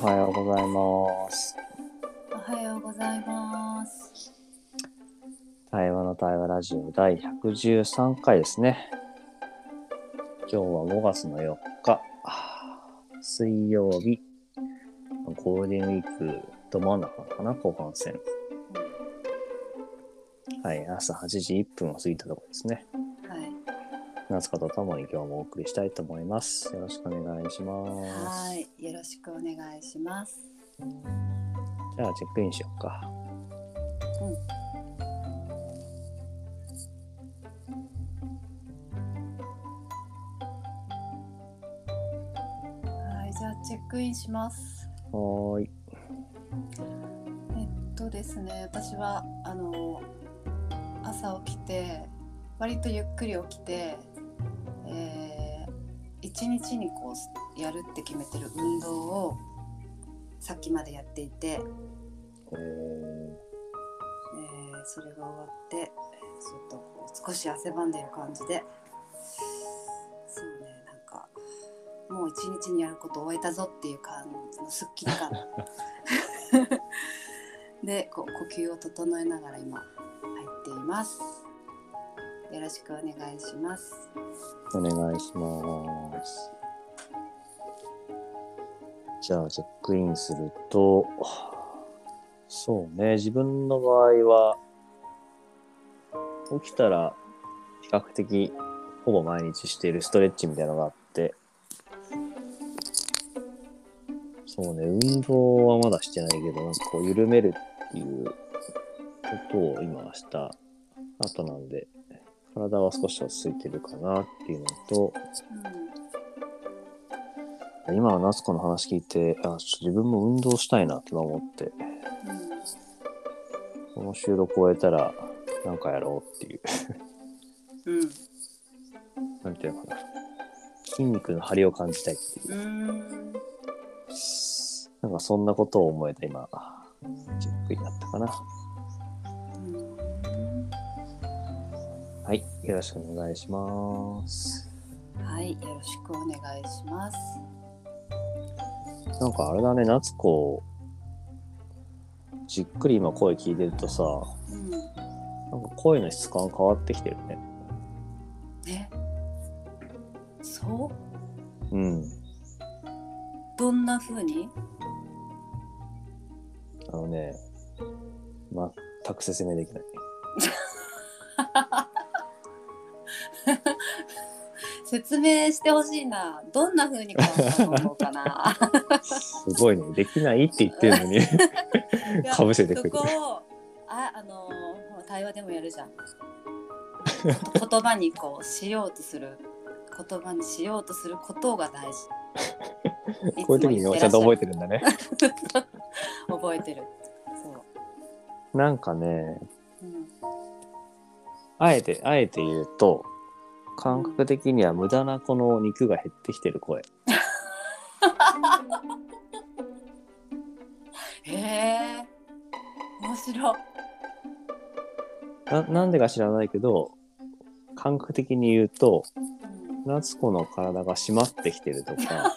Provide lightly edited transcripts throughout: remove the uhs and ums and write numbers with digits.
おはようございます。 おはようございます。 対話の対話ラジオ第113回ですね。今日は5月の4日、水曜日、ゴールデンウィークど真ん中かな、後半戦。はい、朝8時1分を過ぎたところですね。 はい。 夏子とともに今日もお送りしたいと思います。よろしくお願いします。 はい、よろしくお願いします。 じゃあチェックインしようか。 はい、じゃあチェックインします。 はーい。 ですね、私は朝起きて割とゆっくり起きて、一日にこうやるって決めてる運動をさっきまでやっていて、それが終わってちょっとこう少し汗ばんでいる感じで、そうね、なんかもう一日にやることを終えたぞっていう感じのすっきり感でこう呼吸を整えながら今入っています。よろしくお願いします。 お願いします。じゃあチェックインすると、そうね、自分の場合は起きたら比較的ほぼ毎日しているストレッチみたいなのがあって、そうね、運動はまだしてないけど、なんかこう緩めるっていうことを今した後なんで、体は少し落ち着いてるかなっていうのと、今の夏子の話聞いて、自分も運動したいなって思って、この収録を終えたらなんかやろうっていう、なんていうのかな、筋肉の張りを感じたいっていう、なんかそんなことを思えた今チェックになったかな。はい、よろしくお願いします。 はい、よろしくお願いします。 なんかあれだね、夏子じっくり今声聞いてるとさ、なんか声の質感変わってきてるね。 そう？どんな風に？ 全く説明できない。 説明してほしいな。どんな風に変わったと思うかな。 すごいね、できないって言ってるのにかぶせてくる。 そこを対話でもやるじゃん。言葉にこうしようとすることが大事。 こういう時にちゃんと覚えてるんだね。 覚えてる。そう。 なんかね、あえて言うと、感覚的には無駄なこの肉が減ってきてる声。 へえ、面白い。 なんでか知らないけど、感覚的に言うと、夏子の体が締まってきてるとか、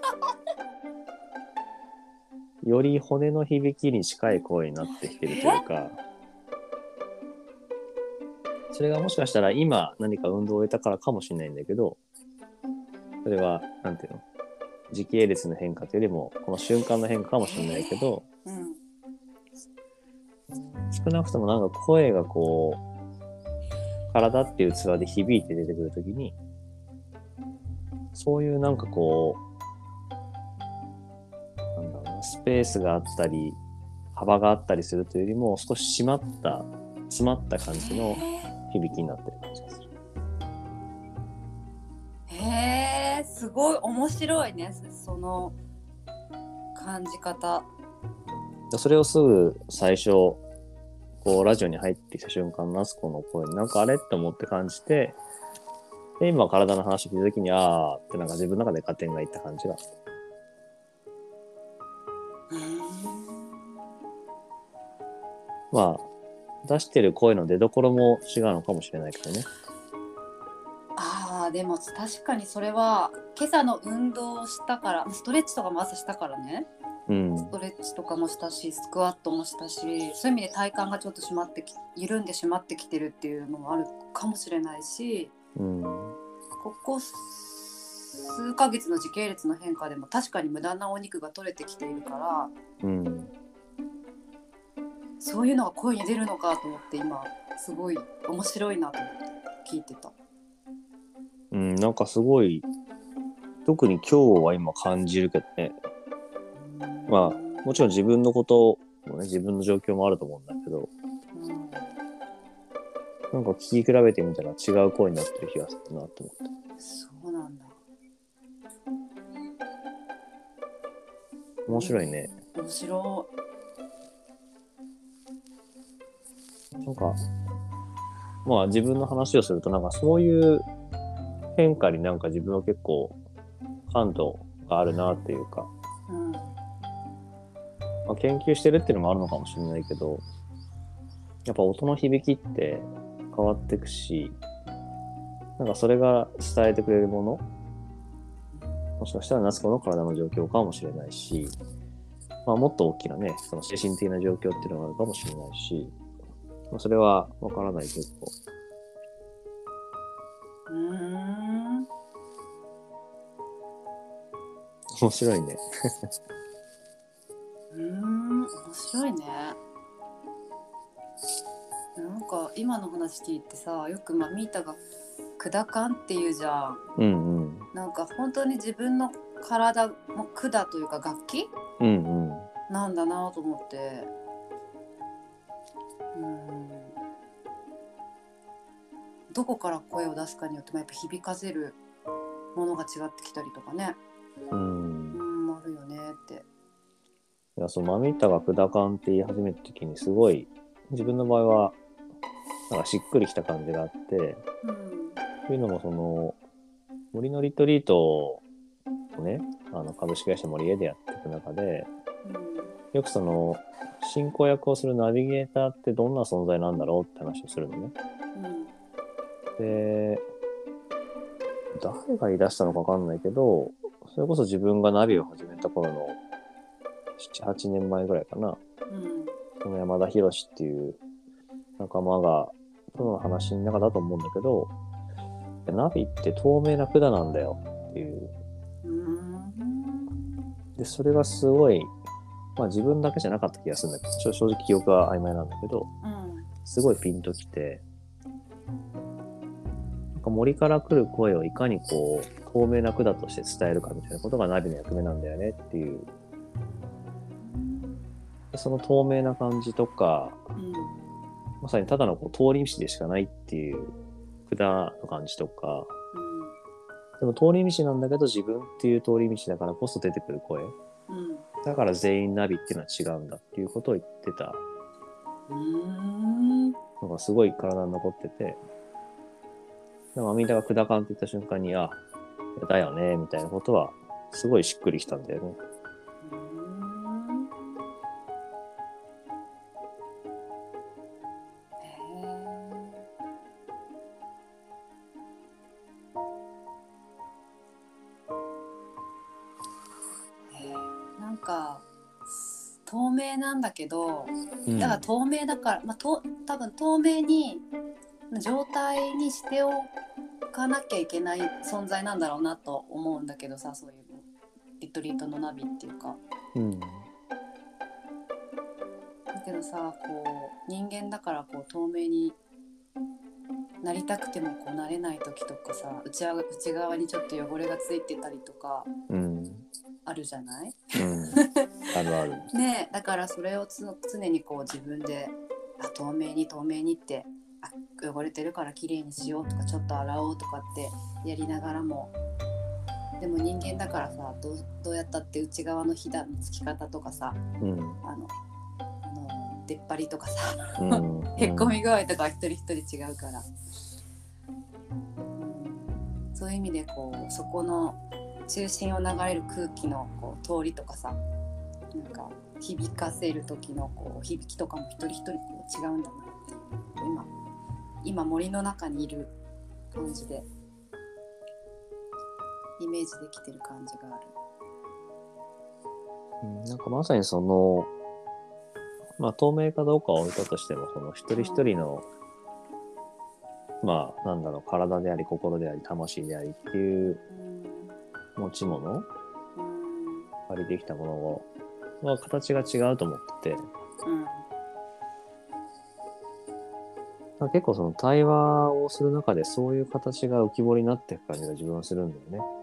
より骨の響きに近い声になってきてるというか、それがもしかしたら今何か運動を終えたからかもしれないんだけど、それはなんていうの、時系列の変化というよりもこの瞬間の変化かもしれないけど、少なくともなんか声がこう体っていう器で響いて出てくるときに、そういうなんかこうなんだろうな、スペースがあったり幅があったりするというよりも少し締まった詰まった感じの響きになってる感じがする。 へえ、すごい面白いね、その感じ方。 それをすぐ最初こうラジオに入ってきた瞬間、夏子の声になんかあれって思って感じて、で今体の話を聞いた時にってなんか自分の中で加点がいった感じが。まあ出してる声の出所も違うのかもしれないけどね。 でも確かにそれは今朝の運動をしたから、ストレッチとかも朝したからね。 うんストレッチとかもしたし、スクワットもしたし、そういう意味で体幹がちょっと緩んでしまってきてるっていうのもあるかもしれないし、 うん。 ここ数ヶ月の時系列の変化でも確かに無駄なお肉が取れてきているから、 うん。 そういうのが声に出るのかと思って、今すごい面白いなと思って聞いてた。 うん、なんかすごい、特に今日は今感じるけどね。まあ、もちろん自分のこともね、自分の状況もあると思うんだけど、 うん、 なんか聞き比べてみたら違う声になってる気がするなと思って。 そうなんだ。 面白いね。 面白なんか、まあ自分の話をすると、なんかそういう変化になんか自分は結構感度があるなっていうか、 い。うんまあ、研究してるっていうのもあるのかもしれないけど、やっぱ音の響きって変わってくし、なんかそれが伝えてくれるもの、もしかしたら夏子の体の状況かもしれないし、まあもっと大きなね、その精神的な状況っていうのがあるかもしれないし、まあ、それはわからないけど、面白いね。 面白いね。なんか今の話聞いてさ、よくミータが管管っていうじゃん。 うんうん。 なんか本当に自分の体も管というか楽器うんうん。 なんだなと思って、どこから声を出すかによってもやっぱ響かせるものが違ってきたりとかね、あるよねって。 いや、マミータが管感って言い始めた時にすごい、自分の場合は、なんかしっくりきた感じがあって、というのも森のリトリートをね、株式会社森へでやっていく中で、よく進行役をするナビゲーターってどんな存在なんだろうって話をするのね。で、誰が言い出したのかわかんないけど、それこそ自分がナビを始めた頃の7、8年前ぐらいかな。その山田博っていう仲間が、プロの話の中だと思うんだけど、ナビって透明な管なんだよっていう。で、それがすごい、まあ自分だけじゃなかった気がするんだけど、正直記憶は曖昧なんだけど、すごいピンときて、なんか森から来る声をいかに透明な管として伝えるかみたいなことがナビの役目なんだよねっていう。でその透明な感じとか、まさにただの通り道でしかないっていう管の感じとか、でも通り道なんだけど自分っていう通り道だからこそ出てくる声、だから全員ナビっていうのは違うんだっていうことを言ってたのがすごい体に残ってて、でもアミータが管感って言った瞬間に、あ、だよねみたいなことはすごいしっくりきたんだよね。 なんか透明なんだけど、だから透明だから、多分透明に状態にしておかなきゃいけない存在なんだろうなと思うんだけどさ、そういうリトリートのナビっていうか、だけどさ、人間だから透明になりたくてもなれない時とかさ、内側にちょっと汚れがついてたりとかあるじゃない？ あるある。 ねえ、だからそれを常に自分で透明にって汚れてるからきれいにしようとか、ちょっと洗おうとかってやりながらも、でも人間だからさ、どうやったって内側のひだのつき方とかさ、出っ張りとかさ、へっこみ具合とか一人一人違うから、そういう意味でそこの中心を流れる空気の通りとかさ、なんか響かせる時の響きとかも一人一人違うんだなっていう、今森の中にいる感じでイメージできてる感じがある。 なんかまさにその、まあ透明かどうかは置いたとしても、その一人一人の、まあなんだろう、体であり心であり魂でありっていう持ち物、借りてきたものは形が違うと思ってて、まあ、結構その対話をする中でそういう形が浮き彫りになっていく感じが自分はするんだよね。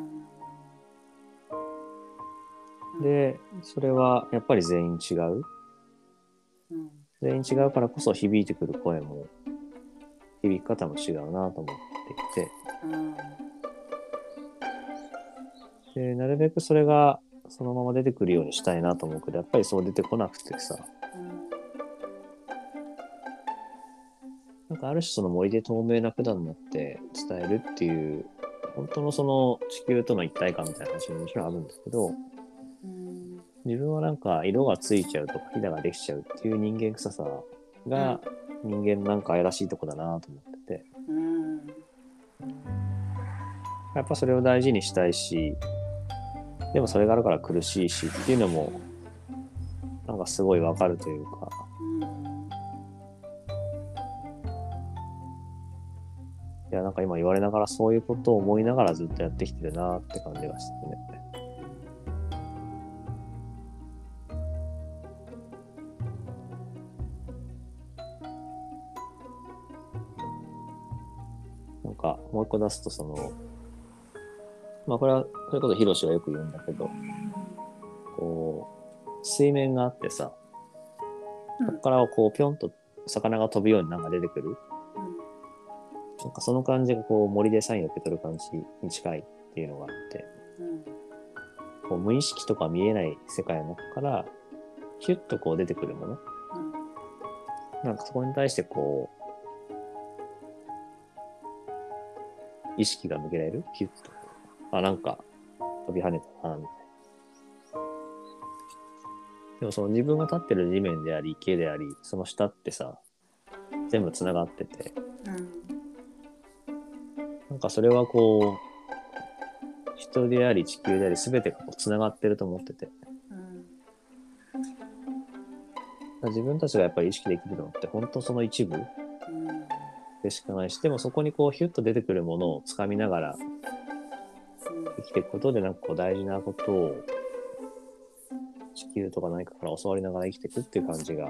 で、それはやっぱり全員違う。全員違うからこそ響いてくる声も、響き方も違うなと思っていて、で、なるべくそれがそのまま出てくるようにしたいなと思うけど、やっぱりそう出てこなくてさ、なんかある種その森で透明な管になって伝えるっていう、本当のその地球との一体感みたいな話ももちろんあるんだけど、自分はなんか色がついちゃうとかひだができちゃうっていう人間臭さが人間のなんか愛らしいとこだなと思ってて、やっぱそれを大事にしたいし、でもそれがあるから苦しいしっていうのもなんかすごいわかるというか、いやなんか今言われながらそういうことを思いながらずっとやってきてるなって感じがしてね。なんかもう一個出すとその、まあこれはそれこそヒロシがよく言うんだけど、こう水面があってさ、そこからこうピョンと魚が飛ぶようになんか出てくる。なんかその感じがこう森でサインを受け取る感じに近いっていうのがあって、こう無意識とか見えない世界の中からヒュッとこう出てくるもの、なんかそこに対してこう意識が向けられる、ヒュッと、あ、なんか飛び跳ねたなみたいな。でもその自分が立ってる地面であり池でありその下ってさ全部つながってて、なんかそれはこう人であり地球であり全てがこうつながってると思ってて、自分たちがやっぱり意識できるのって本当その一部でしかないし、でもそこにこうヒュッと出てくるものをつかみながら生きていくことでなんかこう大事なことを地球とか何かから教わりながら生きていくっていう感じが、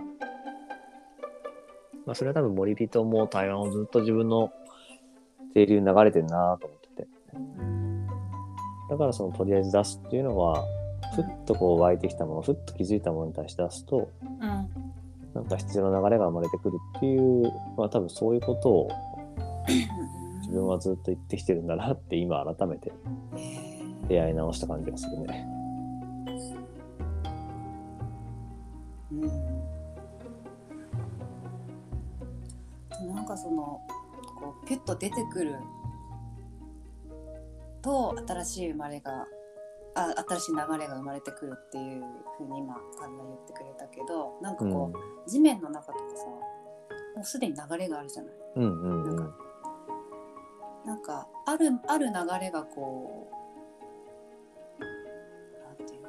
まあそれは多分森人も台湾をずっと自分の定流に流れてるなと思ってて、だからそのとりあえず出すっていうのはふっとこう湧いてきたもの、ふっと気づいたものに対して出すと、なんか必要な流れが生まれてくるっていう、まあ多分そういうことを自分はずっと言ってきてるんだなって今改めて出会い直した感じがするね。 なんかそのこうピュッと出てくると新しい流れが生まれてくるっていう風に今カンナ言ってくれたけど、なんかこう、地面の中とかさもうすでに流れがあるじゃない。なんかある流れがこうなんていう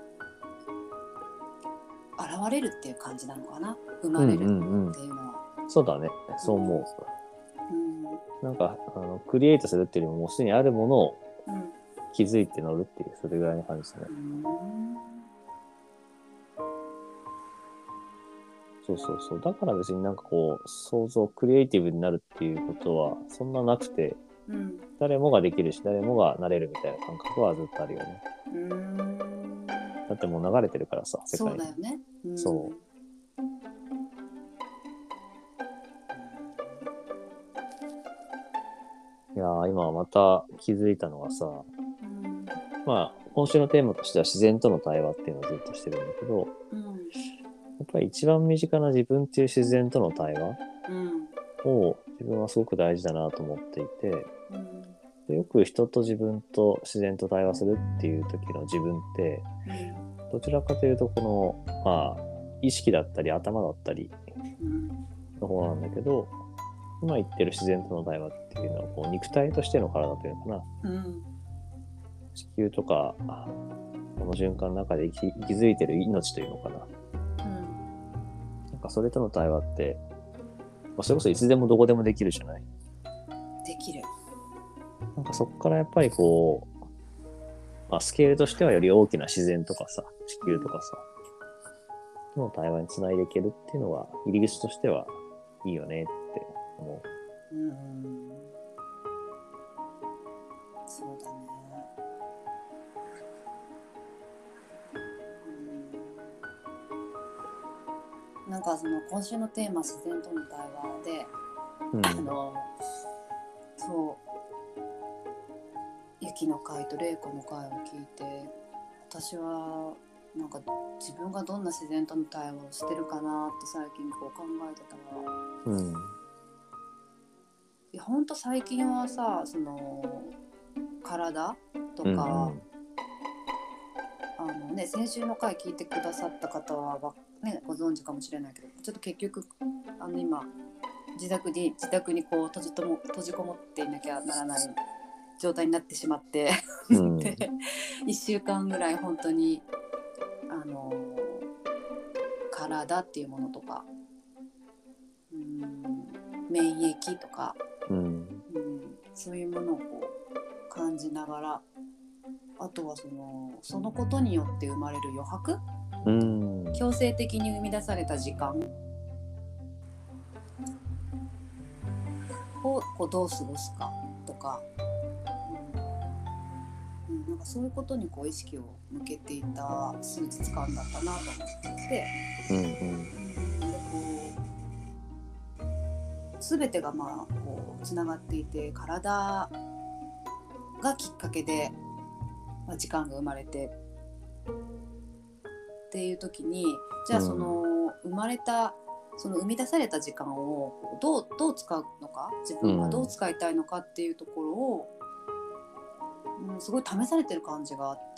現れるっていう感じなのかな、生まれるっていうのは。 そうだね、そう思う。なんかクリエイトするっていうよりももうすでにあるものを気づいて乗るっていう、それぐらいの感じですね。そうそうそう。だから別になんかこう想像クリエイティブになるっていうことはそんななくて、誰もができるし誰もがなれるみたいな感覚はずっとあるよね。だってもう流れてるからさ、世界に。 そうだよね。 そう。いやー今また気づいたのがさ、まあ今週のテーマとしては自然との対話っていうのをずっとしてるんだけど、やっぱり一番身近な自分っていう自然との対話を自分はすごく大事だなと思っていて、よく人と自分と自然と対話するっていう時の自分って、どちらかというとこのまあ意識だったり頭だったりの方なんだけど、今言ってる自然との対話っていうのはこう肉体としての体というのかな、地球とかこの循環の中で息づいてる命というのかな。なんかそれとの対話って、それこそいつでもどこでもできるじゃない。 できる。 なんかそこからやっぱりこう、スケールとしてはより大きな自然とかさ、地球とかさ、との対話につないでいけるっていうのは、入り口としてはいいよねって思う。 そうだね。なんかその今週のテーマ自然との対話で、そう雪の会と玲子の会を聞いて、私はなんか自分がどんな自然との対話をしてるかなって最近こう考えてたら、いやほんと最近はさ、その体とか、先週の回聞いてくださった方はご存知かもしれないけど、ちょっと結局今自宅にこう閉じこもっていなきゃならない状態になってしまってで1週間ぐらい本当に体っていうものとか、免疫とか、そういうものをこう感じながら、あとはそのことによって生まれる余白、強制的に生み出された時間をこうどう過ごすかとか、なんかそういうことにこう意識を向けていた数日間だったなと思ってて、全てがこうつながっていて、体がきっかけで、時間が生まれてっていう時に、じゃあその生まれたその生み出された時間をどう使うのか、自分がどう使いたいのかっていうところを、すごい試されてる感じがあって、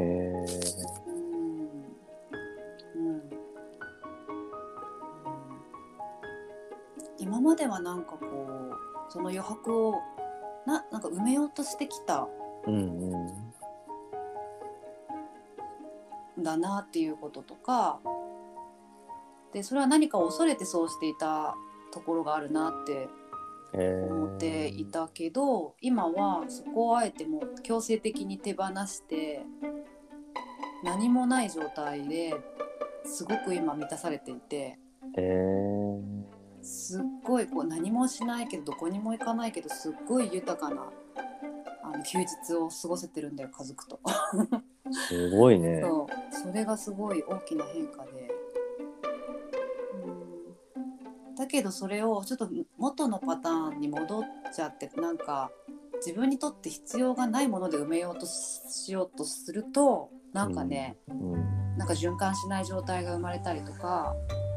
今まではなんかこうその余白をなんか埋めようとしてきたんだなっていうこととかで、それは何かを恐れてそうしていたところがあるなって思っていたけど、今はそこをあえてもう強制的に手放して何もない状態ですごく今満たされていて、すっごいこう何もしないけどどこにも行かないけどすっごい豊かな休日を過ごせてるんだよ、家族とすごいね。 それがすごい大きな変化で、だけどそれをちょっと元のパターンに戻っちゃって、なんか自分にとって必要がないもので埋めようとしようとすると、なんかね、なんか循環しない状態が生まれたりとか、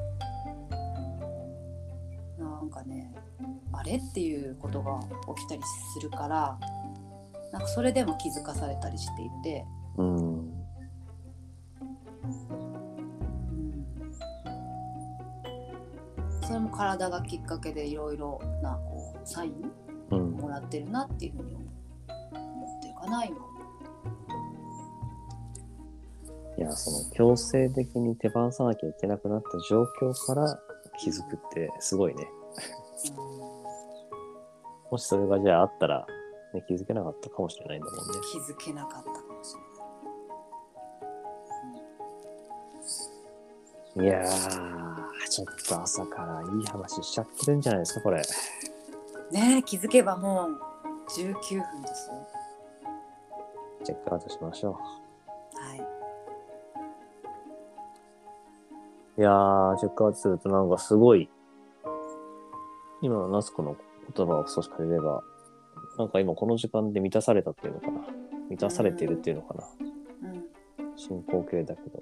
なんかね、あれっていうことが起きたりするから、なんかそれでも気づかされたりしていて、それも体がきっかけでいろいろなこうサインをもらってるなっていうふうに思ってるかな今。 いや、その強制的に手放さなきゃいけなくなった状況から気づくってすごいね。もしそれがじゃああったら、ね、気づけなかったかもしれないんだもんね。 気づけなかったかもしれない。いやー、ちょっと朝からいい話しちゃってるんじゃないですか、これ。 ねえ、気づけばもう19分ですよ。 チェックアウトしましょう。 はい。 いやー、チェックアウトするとなんかすごい、今の夏子の言葉を少し借りれば、なんか今この時間で満たされたっていうのかな。満たされているっていうのかな。進行形だけど。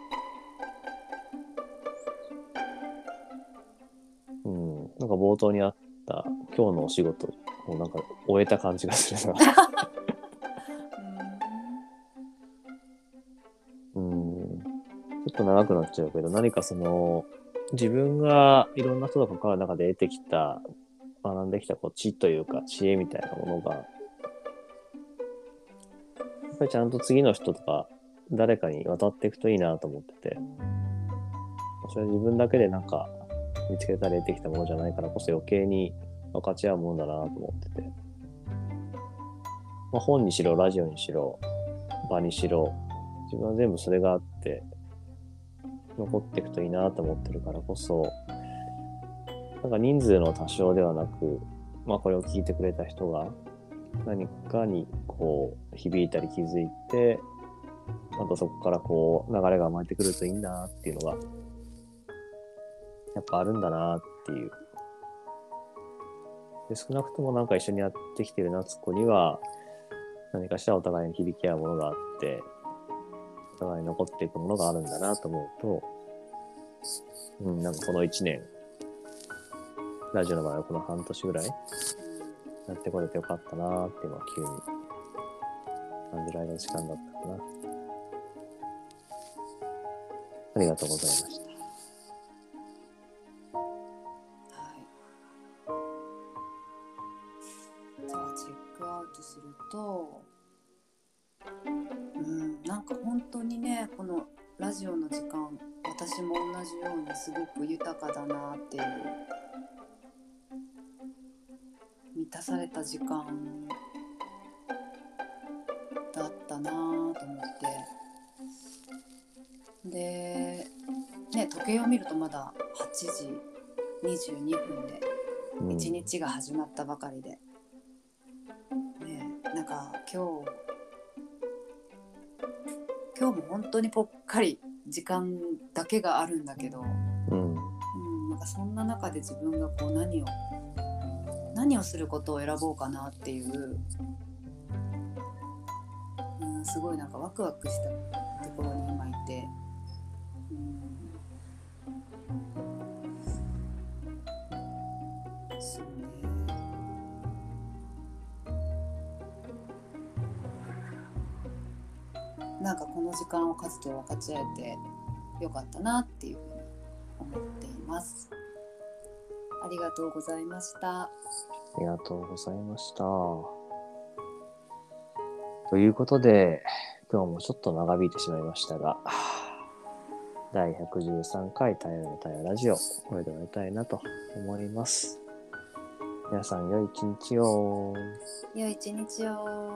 なんか冒頭にあった今日のお仕事をなんか終えた感じがするな。ちょっと長くなっちゃうけど、何かその自分がいろんな人と関わる中で得てきた、学んできたこう知というか知恵みたいなものが、やっぱりちゃんと次の人とか誰かに渡っていくといいなと思ってて、それは自分だけでなんか見つけたり得てきたものじゃないからこそ余計に分かち合うものだなと思ってて、まあ、本にしろラジオにしろ場にしろ自分は全部それがあって残っていくといいなと思ってるからこそ、なんか人数の多少ではなく、まあこれを聞いてくれた人が何かにこう響いたり気づいて、またそこからこう流れが生まれてくるといいなっていうのがやっぱあるんだなっていう。で、少なくともなんか一緒にやってきてる夏子には何かしらお互いに響き合うものがあって、お互いに残っていくものがあるんだなと思うと、なんかこの1年、ラジオの場合はこの半年ぐらいやってこれてよかったなっていうのは急に感じられる時間だったかな。ありがとうございました。 じゃあチェックアウトすると、なんか本当にね、このラジオの時間、私も同じようにすごく豊かだなっていう、満たされた時間だったなと思って、で、ね、時計を見るとまだ8時22分で1日が始まったばかりで、なんか今日も本当にぽっかり時間だけがあるんだけど、なんかそんな中で自分がこう何をすることを選ぼうかなっていう、すごいなんかワクワクしたところに今いて、そうね。なんかこの時間を数と分かち合えてよかったなっていうふうに思っています。ありがとうございました。 ありがとうございました。ということで、今日もちょっと長引いてしまいましたが、第113回太陽の太陽ラジオ、これで終わりたいなと思います。皆さん良い一日を。 良い一日を。